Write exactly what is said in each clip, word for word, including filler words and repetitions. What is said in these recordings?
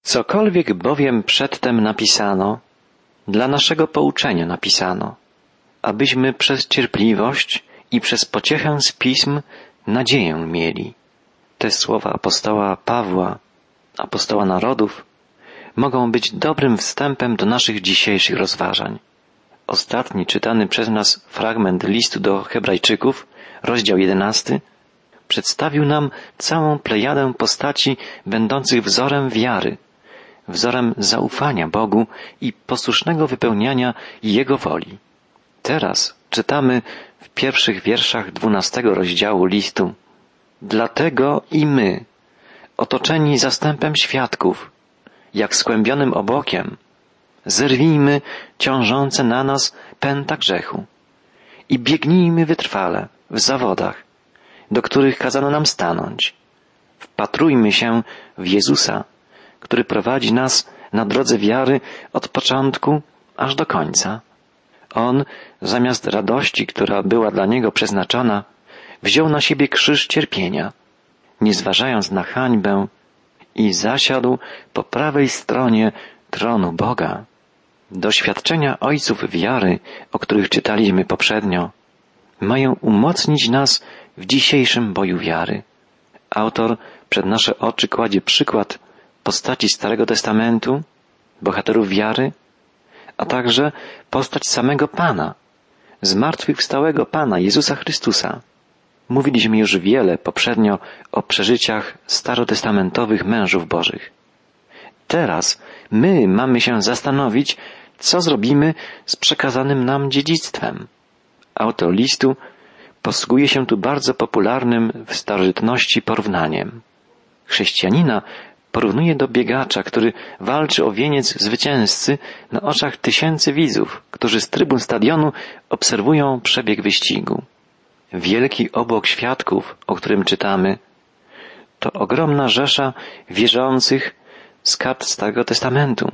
Cokolwiek bowiem przedtem napisano, dla naszego pouczenia napisano, abyśmy przez cierpliwość i przez pociechę z pism nadzieję mieli. Te słowa apostoła Pawła, apostoła narodów, mogą być dobrym wstępem do naszych dzisiejszych rozważań. Ostatni czytany przez nas fragment listu do Hebrajczyków, rozdział jedenasty, przedstawił nam całą plejadę postaci będących wzorem wiary, wzorem zaufania Bogu i posłusznego wypełniania Jego woli. Teraz czytamy w pierwszych wierszach dwunastego rozdziału listu: Dlatego i my, otoczeni zastępem świadków, jak skłębionym obłokiem, zerwijmy ciążące na nas pęta grzechu i biegnijmy wytrwale w zawodach, do których kazano nam stanąć. Wpatrujmy się w Jezusa, który prowadzi nas na drodze wiary od początku aż do końca. On, zamiast radości, która była dla Niego przeznaczona, wziął na siebie krzyż cierpienia, nie zważając na hańbę, i zasiadł po prawej stronie tronu Boga. Doświadczenia ojców wiary, o których czytaliśmy poprzednio, mają umocnić nas w dzisiejszym boju wiary. Autor przed nasze oczy kładzie przykład postaci Starego Testamentu, bohaterów wiary, a także postać samego Pana, zmartwychwstałego Pana Jezusa Chrystusa. Mówiliśmy już wiele poprzednio o przeżyciach starotestamentowych mężów Bożych. Teraz my mamy się zastanowić, co zrobimy z przekazanym nam dziedzictwem. Autor listu posługuje się tu bardzo popularnym w starożytności porównaniem. Chrześcijanina porównuje do biegacza, który walczy o wieniec zwycięzcy na oczach tysięcy widzów, którzy z trybun stadionu obserwują przebieg wyścigu. Wielki obłok świadków, o którym czytamy, to ogromna rzesza wierzących z kart Starego Testamentu.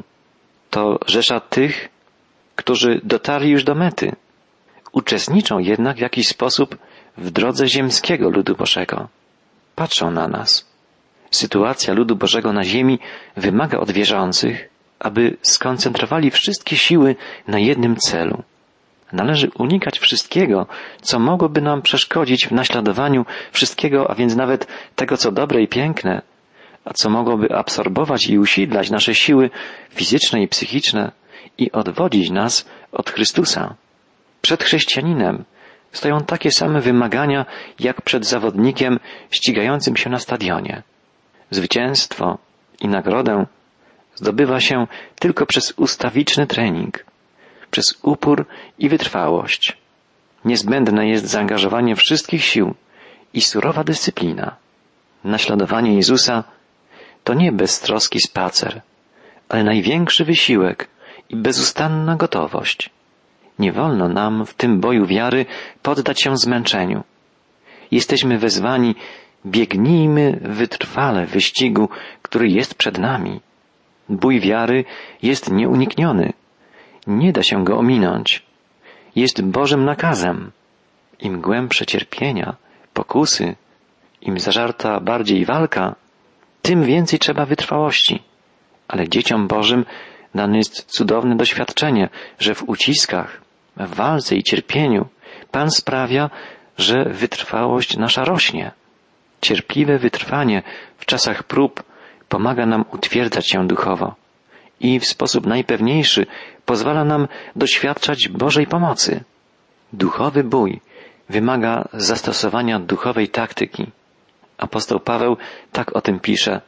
To rzesza tych, którzy dotarli już do mety. Uczestniczą jednak w jakiś sposób w drodze ziemskiego ludu Bożego. Patrzą na nas. Sytuacja ludu Bożego na ziemi wymaga od wierzących, aby skoncentrowali wszystkie siły na jednym celu. Należy unikać wszystkiego, co mogłoby nam przeszkodzić w naśladowaniu wszystkiego, a więc nawet tego, co dobre i piękne, a co mogłoby absorbować i usidlać nasze siły fizyczne i psychiczne i odwodzić nas od Chrystusa. Przed chrześcijaninem stoją takie same wymagania, jak przed zawodnikiem ścigającym się na stadionie. Zwycięstwo i nagrodę zdobywa się tylko przez ustawiczny trening, przez upór i wytrwałość. Niezbędne jest zaangażowanie wszystkich sił i surowa dyscyplina. Naśladowanie Jezusa to nie beztroski spacer, ale największy wysiłek i bezustanna gotowość. Nie wolno nam w tym boju wiary poddać się zmęczeniu. Jesteśmy wezwani: biegnijmy wytrwale w wyścigu, który jest przed nami. Bój wiary jest nieunikniony. Nie da się go ominąć. Jest Bożym nakazem. Im głębsze cierpienia, pokusy, im zażarta bardziej walka, tym więcej trzeba wytrwałości. Ale dzieciom Bożym dane jest cudowne doświadczenie, że w uciskach, w walce i cierpieniu Pan sprawia, że wytrwałość nasza rośnie. Cierpliwe wytrwanie w czasach prób pomaga nam utwierdzać się duchowo i w sposób najpewniejszy pozwala nam doświadczać Bożej pomocy. Duchowy bój wymaga zastosowania duchowej taktyki. Apostoł Paweł tak o tym pisze: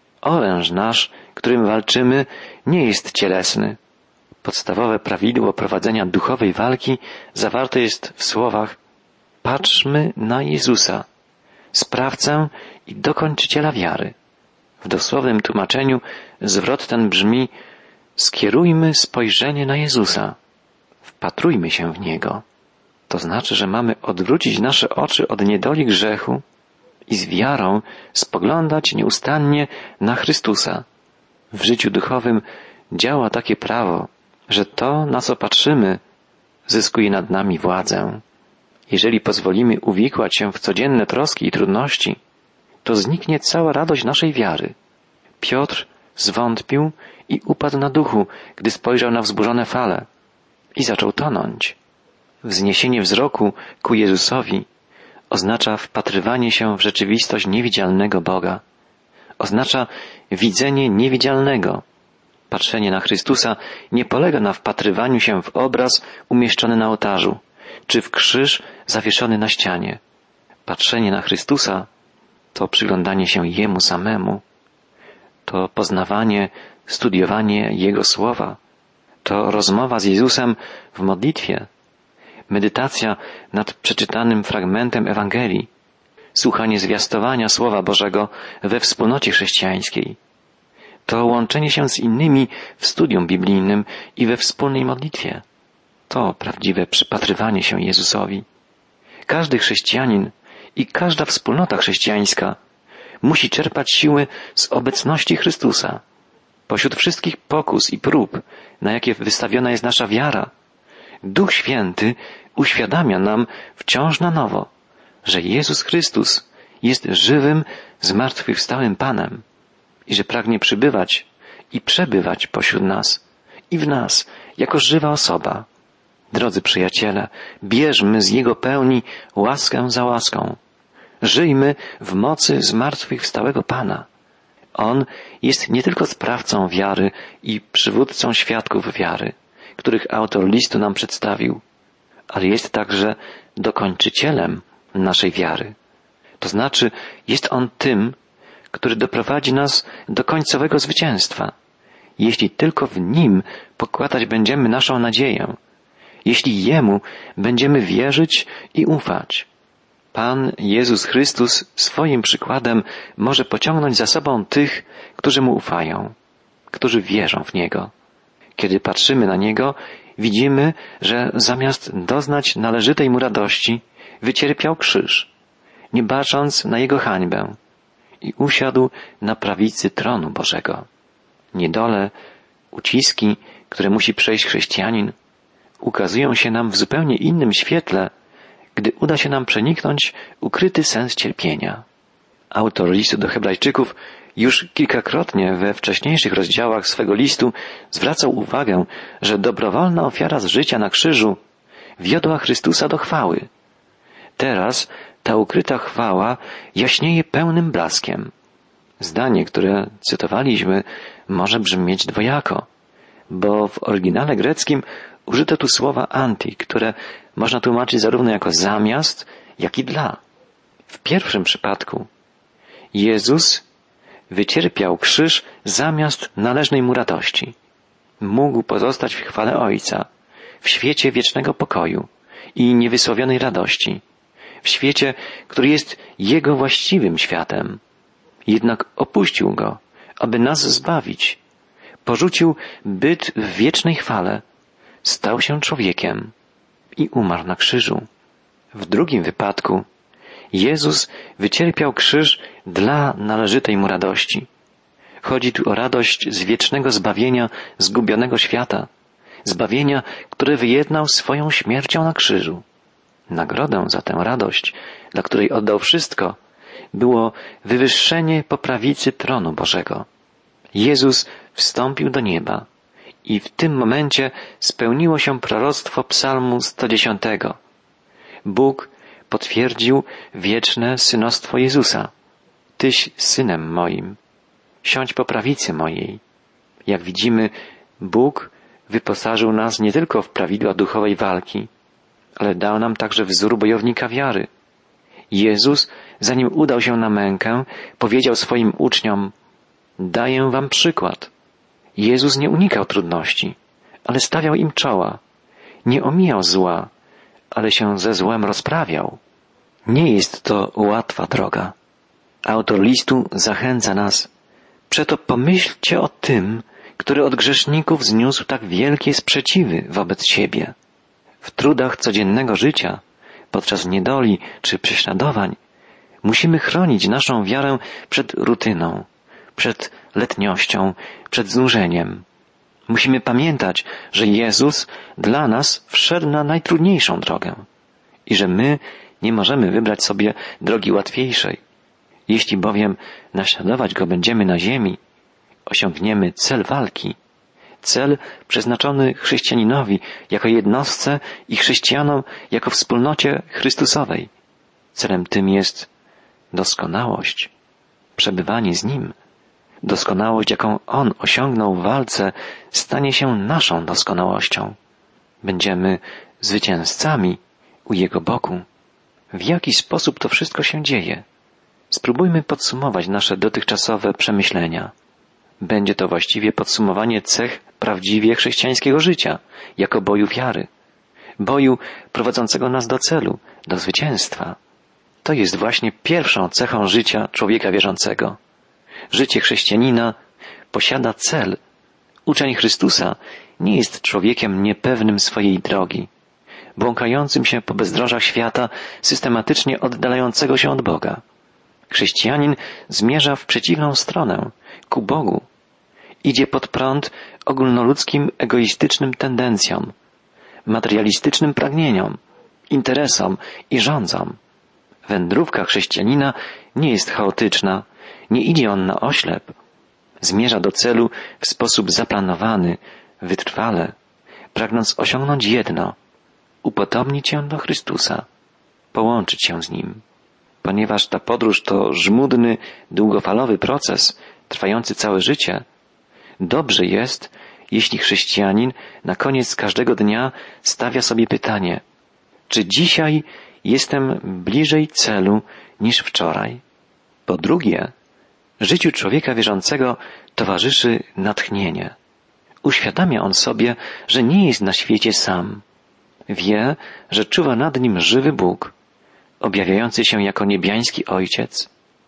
oręż nasz, którym walczymy, nie jest cielesny. Podstawowe prawidło prowadzenia duchowej walki zawarte jest w słowach: patrzmy na Jezusa, sprawcę i dokończyciela wiary. W dosłownym tłumaczeniu zwrot ten brzmi: skierujmy spojrzenie na Jezusa, wpatrujmy się w Niego. To znaczy, że mamy odwrócić nasze oczy od niedoli grzechu i z wiarą spoglądać nieustannie na Chrystusa. W życiu duchowym działa takie prawo, że to, na co patrzymy, zyskuje nad nami władzę. Jeżeli pozwolimy uwikłać się w codzienne troski i trudności, to zniknie cała radość naszej wiary. Piotr zwątpił i upadł na duchu, gdy spojrzał na wzburzone fale i zaczął tonąć. Wzniesienie wzroku ku Jezusowi oznacza wpatrywanie się w rzeczywistość niewidzialnego Boga. Oznacza widzenie niewidzialnego. Patrzenie na Chrystusa nie polega na wpatrywaniu się w obraz umieszczony na ołtarzu, czy w krzyż zawieszony na ścianie. Patrzenie na Chrystusa to przyglądanie się Jemu samemu. To poznawanie, studiowanie Jego słowa. To rozmowa z Jezusem w modlitwie. Medytacja nad przeczytanym fragmentem Ewangelii. Słuchanie zwiastowania Słowa Bożego we wspólnocie chrześcijańskiej. To łączenie się z innymi w studium biblijnym i we wspólnej modlitwie. To prawdziwe przypatrywanie się Jezusowi. Każdy chrześcijanin i każda wspólnota chrześcijańska musi czerpać siły z obecności Chrystusa. Pośród wszystkich pokus i prób, na jakie wystawiona jest nasza wiara, Duch Święty uświadamia nam wciąż na nowo, że Jezus Chrystus jest żywym, zmartwychwstałym Panem i że pragnie przybywać i przebywać pośród nas i w nas jako żywa osoba. Drodzy przyjaciele, bierzmy z Jego pełni łaskę za łaską. Żyjmy w mocy zmartwychwstałego Pana. On jest nie tylko sprawcą wiary i przywódcą świadków wiary, których autor listu nam przedstawił, ale jest także dokończycielem naszej wiary. To znaczy, jest On tym, który doprowadzi nas do końcowego zwycięstwa, jeśli tylko w Nim pokładać będziemy naszą nadzieję, jeśli Jemu będziemy wierzyć i ufać. Pan Jezus Chrystus swoim przykładem może pociągnąć za sobą tych, którzy Mu ufają, którzy wierzą w Niego. Kiedy patrzymy na Niego, widzimy, że zamiast doznać należytej Mu radości, wycierpiał krzyż, nie bacząc na Jego hańbę i usiadł na prawicy tronu Bożego. Niedole, uciski, które musi przejść chrześcijanin, ukazują się nam w zupełnie innym świetle, gdy uda się nam przeniknąć ukryty sens cierpienia. Autor listu do Hebrajczyków już kilkakrotnie we wcześniejszych rozdziałach swego listu zwracał uwagę, że dobrowolna ofiara z życia na krzyżu wiodła Chrystusa do chwały. Teraz ta ukryta chwała jaśnieje pełnym blaskiem. Zdanie, które cytowaliśmy, może brzmieć dwojako, bo w oryginale greckim użyto tu słowa anti, które można tłumaczyć zarówno jako zamiast, jak i dla. W pierwszym przypadku Jezus wycierpiał krzyż zamiast należnej Mu radości. Mógł pozostać w chwale Ojca, w świecie wiecznego pokoju i niewysłowionej radości, w świecie, który jest Jego właściwym światem. Jednak opuścił Go, aby nas zbawić. Porzucił byt w wiecznej chwale, stał się człowiekiem i umarł na krzyżu. W drugim wypadku Jezus wycierpiał krzyż dla należytej Mu radości. Chodzi tu o radość z wiecznego zbawienia zgubionego świata, zbawienia, które wyjednał swoją śmiercią na krzyżu. Nagrodę za tę radość, dla której oddał wszystko, było wywyższenie po prawicy tronu Bożego. Jezus wstąpił do nieba i w tym momencie spełniło się proroctwo psalmu sto dziesiątego. Bóg potwierdził wieczne synostwo Jezusa. Tyś synem moim, siądź po prawicy mojej. Jak widzimy, Bóg wyposażył nas nie tylko w prawidła duchowej walki, ale dał nam także wzór bojownika wiary. Jezus, zanim udał się na mękę, powiedział swoim uczniom: daję wam przykład. Jezus nie unikał trudności, ale stawiał im czoła. Nie omijał zła, ale się ze złem rozprawiał. Nie jest to łatwa droga. Autor listu zachęca nas: przeto pomyślcie o tym, który od grzeszników zniósł tak wielkie sprzeciwy wobec siebie. W trudach codziennego życia, podczas niedoli czy prześladowań, musimy chronić naszą wiarę przed rutyną, przed letniością, przed znużeniem. Musimy pamiętać, że Jezus dla nas wszedł na najtrudniejszą drogę i że my nie możemy wybrać sobie drogi łatwiejszej. Jeśli bowiem naśladować Go będziemy na ziemi osiągniemy cel walki, cel przeznaczony chrześcijaninowi jako jednostce i chrześcijanom jako wspólnocie Chrystusowej. Celem tym jest doskonałość, przebywanie z Nim. Doskonałość, jaką On osiągnął w walce, stanie się naszą doskonałością. Będziemy zwycięzcami u Jego boku. W jaki sposób to wszystko się dzieje? Spróbujmy podsumować nasze dotychczasowe przemyślenia. Będzie to właściwie podsumowanie cech prawdziwie chrześcijańskiego życia, jako boju wiary. Boju prowadzącego nas do celu, do zwycięstwa. To jest właśnie pierwszą cechą życia człowieka wierzącego. Życie chrześcijanina posiada cel. Uczeń Chrystusa nie jest człowiekiem niepewnym swojej drogi, błąkającym się po bezdrożach świata, systematycznie oddalającego się od Boga. Chrześcijanin zmierza w przeciwną stronę, ku Bogu. Idzie pod prąd ogólnoludzkim egoistycznym tendencjom, materialistycznym pragnieniom, interesom i rządzom. Wędrówka chrześcijanina nie jest chaotyczna, nie idzie on na oślep. Zmierza do celu w sposób zaplanowany, wytrwale, pragnąc osiągnąć jedno — upodobnić się do Chrystusa, połączyć się z Nim. Ponieważ ta podróż to żmudny, długofalowy proces, trwający całe życie, dobrze jest, jeśli chrześcijanin na koniec każdego dnia stawia sobie pytanie: czy dzisiaj jestem bliżej celu niż wczoraj? Po drugie, życiu człowieka wierzącego towarzyszy natchnienie. Uświadamia on sobie, że nie jest na świecie sam. Wie, że czuwa nad nim żywy Bóg, objawiający się jako niebiański Ojciec,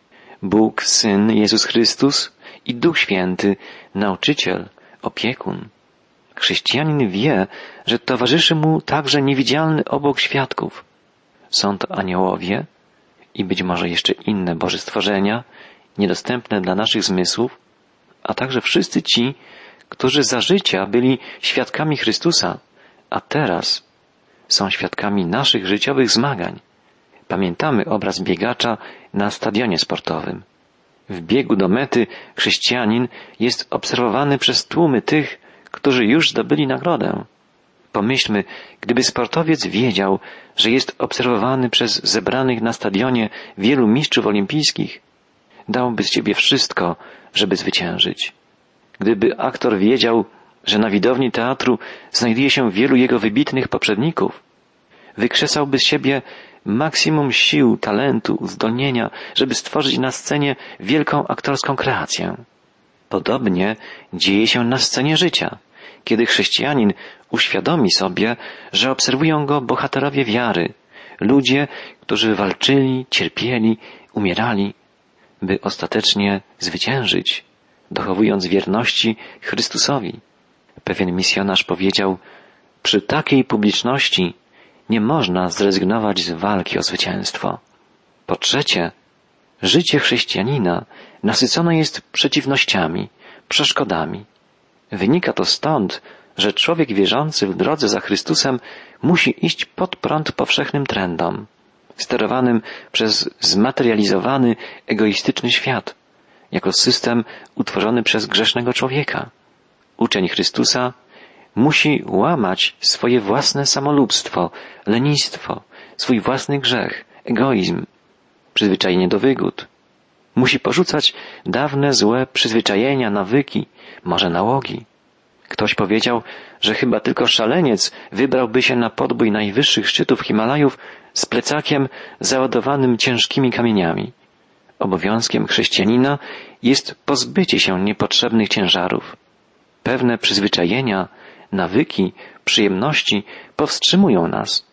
Bóg, Syn, Jezus Chrystus i Duch Święty, nauczyciel, opiekun. Chrześcijanin wie, że towarzyszy mu także niewidzialny obok świadków. Są to aniołowie i być może jeszcze inne Boże stworzenia, niedostępne dla naszych zmysłów, a także wszyscy ci, którzy za życia byli świadkami Chrystusa, a teraz są świadkami naszych życiowych zmagań. Pamiętamy obraz biegacza na stadionie sportowym. W biegu do mety chrześcijanin jest obserwowany przez tłumy tych, którzy już zdobyli nagrodę. Pomyślmy, gdyby sportowiec wiedział, że jest obserwowany przez zebranych na stadionie wielu mistrzów olimpijskich, dałby z siebie wszystko, żeby zwyciężyć. Gdyby aktor wiedział, że na widowni teatru znajduje się wielu jego wybitnych poprzedników, wykrzesałby z siebie maksimum sił, talentu, uzdolnienia, żeby stworzyć na scenie wielką aktorską kreację. Podobnie dzieje się na scenie życia, kiedy chrześcijanin uświadomi sobie, że obserwują go bohaterowie wiary, ludzie, którzy walczyli, cierpieli, umierali, by ostatecznie zwyciężyć, dochowując wierności Chrystusowi. Pewien misjonarz powiedział: przy takiej publiczności nie można zrezygnować z walki o zwycięstwo. Po trzecie, życie chrześcijanina nasycone jest przeciwnościami, przeszkodami. Wynika to stąd, że człowiek wierzący w drodze za Chrystusem musi iść pod prąd powszechnym trendom, sterowanym przez zmaterializowany, egoistyczny świat, jako system utworzony przez grzesznego człowieka. Uczeń Chrystusa musi łamać swoje własne samolubstwo, lenistwo, swój własny grzech, egoizm, przyzwyczajenie do wygód. Musi porzucać dawne złe przyzwyczajenia, nawyki, może nałogi. Ktoś powiedział, że chyba tylko szaleniec wybrałby się na podbój najwyższych szczytów Himalajów z plecakiem załadowanym ciężkimi kamieniami. Obowiązkiem chrześcijanina jest pozbycie się niepotrzebnych ciężarów. Pewne przyzwyczajenia, nawyki, przyjemności powstrzymują nas,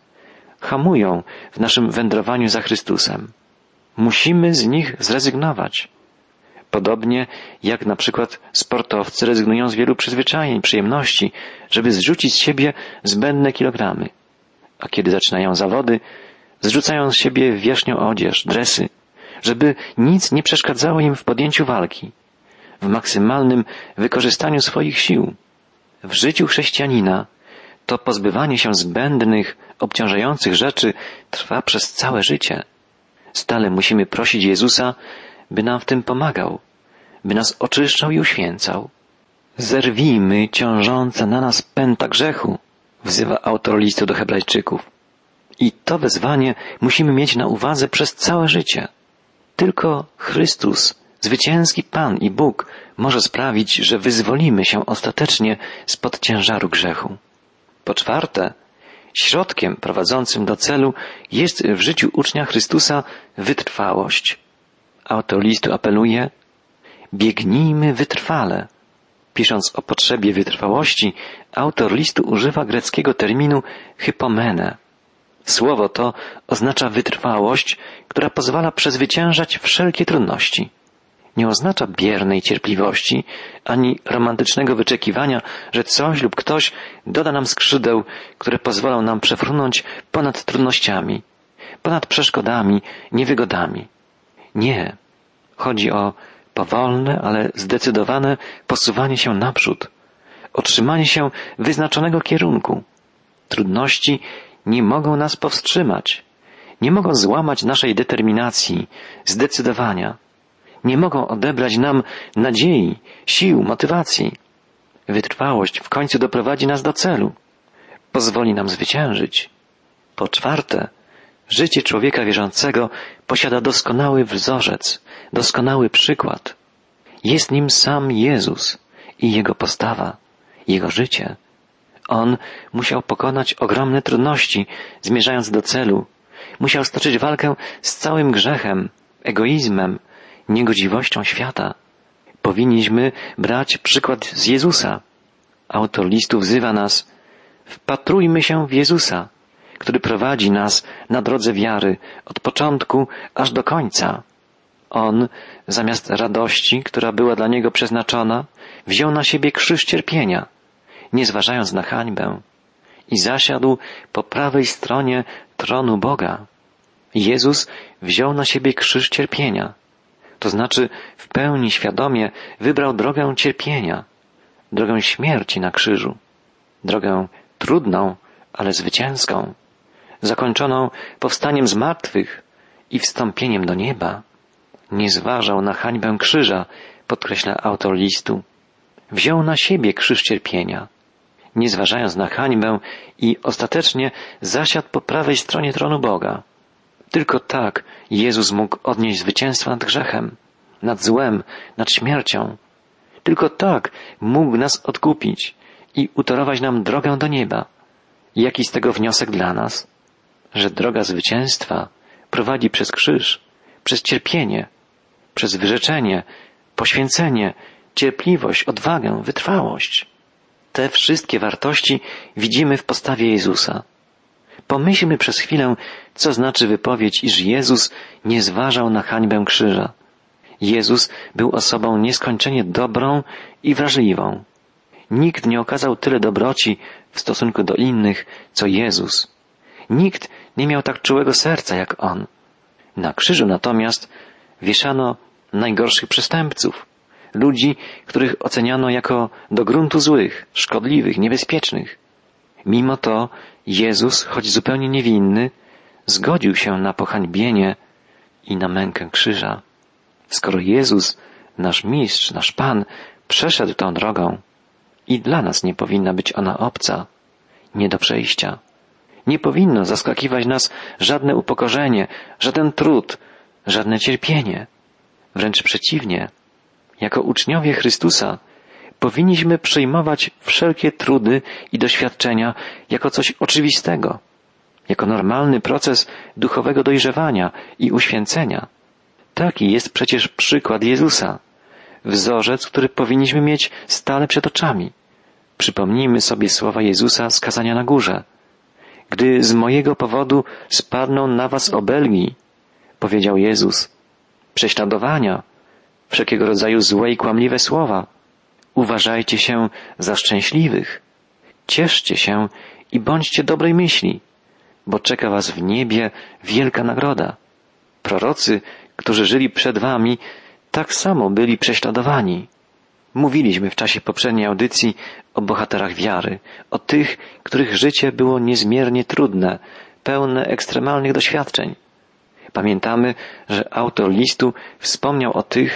hamują w naszym wędrowaniu za Chrystusem. Musimy z nich zrezygnować. Podobnie jak na przykład sportowcy rezygnują z wielu przyzwyczajeń, przyjemności, żeby zrzucić z siebie zbędne kilogramy. A kiedy zaczynają zawody, zrzucają z siebie wierzchnią odzież, dresy, żeby nic nie przeszkadzało im w podjęciu walki, w maksymalnym wykorzystaniu swoich sił. W życiu chrześcijanina to pozbywanie się zbędnych, obciążających rzeczy trwa przez całe życie. Stale musimy prosić Jezusa, by nam w tym pomagał, by nas oczyszczał i uświęcał. Zerwijmy ciążące na nas pęta grzechu, wzywa autor listu do Hebrajczyków. I to wezwanie musimy mieć na uwadze przez całe życie. Tylko Chrystus, zwycięski Pan i Bóg, może sprawić, że wyzwolimy się ostatecznie spod ciężaru grzechu. Po czwarte, środkiem prowadzącym do celu jest w życiu ucznia Chrystusa wytrwałość. Autor listu apeluje: biegnijmy wytrwale. Pisząc o potrzebie wytrwałości, autor listu używa greckiego terminu hypomene. Słowo to oznacza wytrwałość, która pozwala przezwyciężać wszelkie trudności. Nie oznacza biernej cierpliwości, ani romantycznego wyczekiwania, że coś lub ktoś doda nam skrzydeł, które pozwolą nam przefrunąć ponad trudnościami, ponad przeszkodami, niewygodami. Nie. Chodzi o powolne, ale zdecydowane posuwanie się naprzód, otrzymanie się wyznaczonego kierunku. Trudności nie mogą nas powstrzymać, nie mogą złamać naszej determinacji, zdecydowania, nie mogą odebrać nam nadziei, sił, motywacji. Wytrwałość w końcu doprowadzi nas do celu, pozwoli nam zwyciężyć. Po czwarte, życie człowieka wierzącego posiada doskonały wzorzec, doskonały przykład. Jest nim sam Jezus i Jego postawa, Jego życie. On musiał pokonać ogromne trudności, zmierzając do celu. Musiał stoczyć walkę z całym grzechem, egoizmem, niegodziwością świata. Powinniśmy brać przykład z Jezusa. Autor listu wzywa nas: wpatrujmy się w Jezusa, który prowadzi nas na drodze wiary od początku aż do końca. On, zamiast radości, która była dla Niego przeznaczona, wziął na siebie krzyż cierpienia, nie zważając na hańbę, i zasiadł po prawej stronie tronu Boga. Jezus wziął na siebie krzyż cierpienia, to znaczy w pełni świadomie wybrał drogę cierpienia, drogę śmierci na krzyżu, drogę trudną, ale zwycięską, zakończoną powstaniem z martwych i wstąpieniem do nieba. Nie zważał na hańbę krzyża, podkreśla autor listu. Wziął na siebie krzyż cierpienia, nie zważając na hańbę, i ostatecznie zasiadł po prawej stronie tronu Boga. Tylko tak Jezus mógł odnieść zwycięstwo nad grzechem, nad złem, nad śmiercią. Tylko tak mógł nas odkupić i utorować nam drogę do nieba. Jaki z tego wniosek dla nas? Że droga zwycięstwa prowadzi przez krzyż, przez cierpienie, przez wyrzeczenie, poświęcenie, cierpliwość, odwagę, wytrwałość. Te wszystkie wartości widzimy w postawie Jezusa. Pomyślmy przez chwilę, co znaczy wypowiedź, iż Jezus nie zważał na hańbę krzyża. Jezus był osobą nieskończenie dobrą i wrażliwą. Nikt nie okazał tyle dobroci w stosunku do innych, co Jezus. Nikt nie miał tak czułego serca jak On. Na krzyżu natomiast wieszano najgorszych przestępców, ludzi, których oceniano jako do gruntu złych, szkodliwych, niebezpiecznych. Mimo to Jezus, choć zupełnie niewinny, zgodził się na pohańbienie i na mękę krzyża. Skoro Jezus, nasz Mistrz, nasz Pan, przeszedł tą drogą, i dla nas nie powinna być ona obca, nie do przejścia. Nie powinno zaskakiwać nas żadne upokorzenie, żaden trud, żadne cierpienie. Wręcz przeciwnie, jako uczniowie Chrystusa powinniśmy przyjmować wszelkie trudy i doświadczenia jako coś oczywistego, jako normalny proces duchowego dojrzewania i uświęcenia. Taki jest przecież przykład Jezusa, wzorzec, który powinniśmy mieć stale przed oczami. Przypomnijmy sobie słowa Jezusa z kazania na górze. Gdy z mojego powodu spadną na was obelgi, powiedział Jezus, prześladowania, wszelkiego rodzaju złe i kłamliwe słowa, uważajcie się za szczęśliwych, cieszcie się i bądźcie dobrej myśli, bo czeka was w niebie wielka nagroda. Prorocy, którzy żyli przed wami, tak samo byli prześladowani. Mówiliśmy w czasie poprzedniej audycji o bohaterach wiary, o tych, których życie było niezmiernie trudne, pełne ekstremalnych doświadczeń. Pamiętamy, że autor listu wspomniał o tych,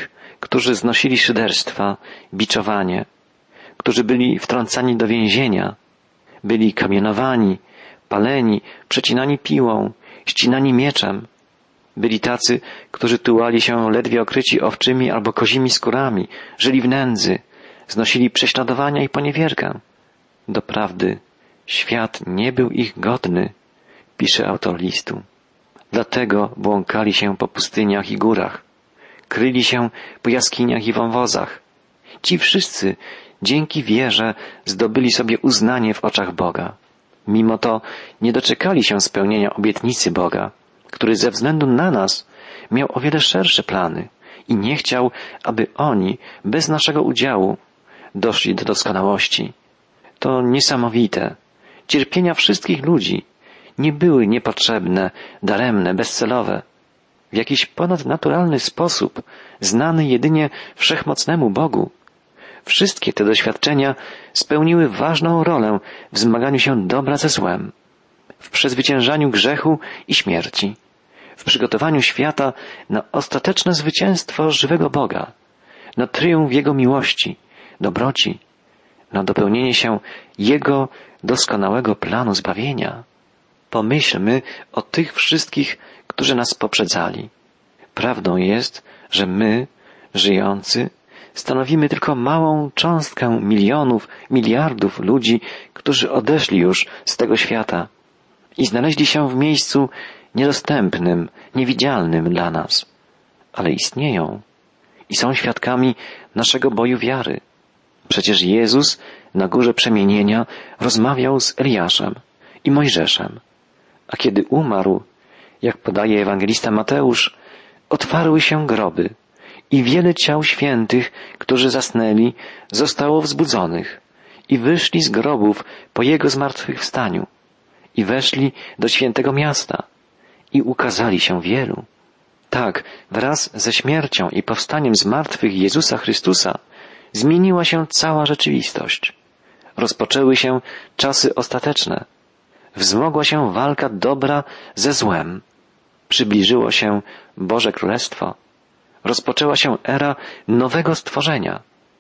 którzy znosili szyderstwa, biczowanie, którzy byli wtrącani do więzienia, byli kamienowani, paleni, przecinani piłą, ścinani mieczem. Byli tacy, którzy tułali się ledwie okryci owczymi albo kozimi skórami, żyli w nędzy, znosili prześladowania i poniewierkę. Doprawdy, świat nie był ich godny, pisze autor listu. Dlatego błąkali się po pustyniach i górach, kryli się po jaskiniach i wąwozach. Ci wszyscy dzięki wierze zdobyli sobie uznanie w oczach Boga. Mimo to nie doczekali się spełnienia obietnicy Boga, który ze względu na nas miał o wiele szersze plany i nie chciał, aby oni bez naszego udziału doszli do doskonałości. To niesamowite. Cierpienia wszystkich ludzi nie były niepotrzebne, daremne, bezcelowe. W jakiś ponadnaturalny sposób, znany jedynie wszechmocnemu Bogu, wszystkie te doświadczenia spełniły ważną rolę w zmaganiu się dobra ze złem, w przezwyciężaniu grzechu i śmierci, w przygotowaniu świata na ostateczne zwycięstwo żywego Boga, na triumf Jego miłości, dobroci, na dopełnienie się Jego doskonałego planu zbawienia. Pomyślmy o tych wszystkich, którzy nas poprzedzali. Prawdą jest, że my, żyjący, stanowimy tylko małą cząstkę milionów, miliardów ludzi, którzy odeszli już z tego świata i znaleźli się w miejscu niedostępnym, niewidzialnym dla nas, ale istnieją i są świadkami naszego boju wiary. Przecież Jezus na górze przemienienia rozmawiał z Eliaszem i Mojżeszem, a kiedy umarł, jak podaje ewangelista Mateusz, otwarły się groby i wiele ciał świętych, którzy zasnęli, zostało wzbudzonych i wyszli z grobów po Jego zmartwychwstaniu i weszli do świętego miasta i ukazali się wielu. Tak, wraz ze śmiercią i powstaniem z martwych Jezusa Chrystusa zmieniła się cała rzeczywistość. Rozpoczęły się czasy ostateczne. Wzmogła się walka dobra ze złem. Przybliżyło się Boże Królestwo. Rozpoczęła się era nowego stworzenia.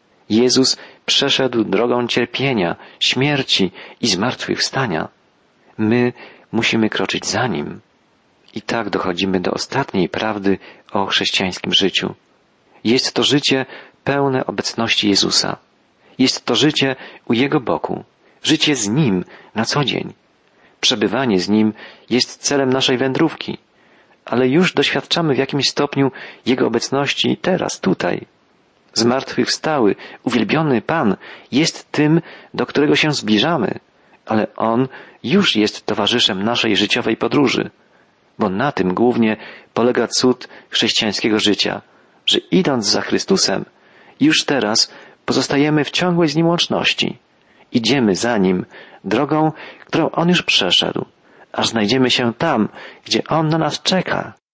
Jezus przeszedł drogą cierpienia, śmierci i zmartwychwstania. My musimy kroczyć za Nim. I tak dochodzimy do ostatniej prawdy o chrześcijańskim życiu. Jest to życie pełne obecności Jezusa. Jest to życie u Jego boku. Życie z Nim na co dzień. Przebywanie z Nim jest celem naszej wędrówki, ale już doświadczamy w jakimś stopniu Jego obecności teraz, tutaj. Zmartwychwstały, uwielbiony Pan jest tym, do którego się zbliżamy, ale On już jest towarzyszem naszej życiowej podróży, bo na tym głównie polega cud chrześcijańskiego życia, że idąc za Chrystusem, już teraz pozostajemy w ciągłej z Nim łączności. Idziemy za Nim drogą, którą On już przeszedł, aż znajdziemy się tam, gdzie On na nas czeka.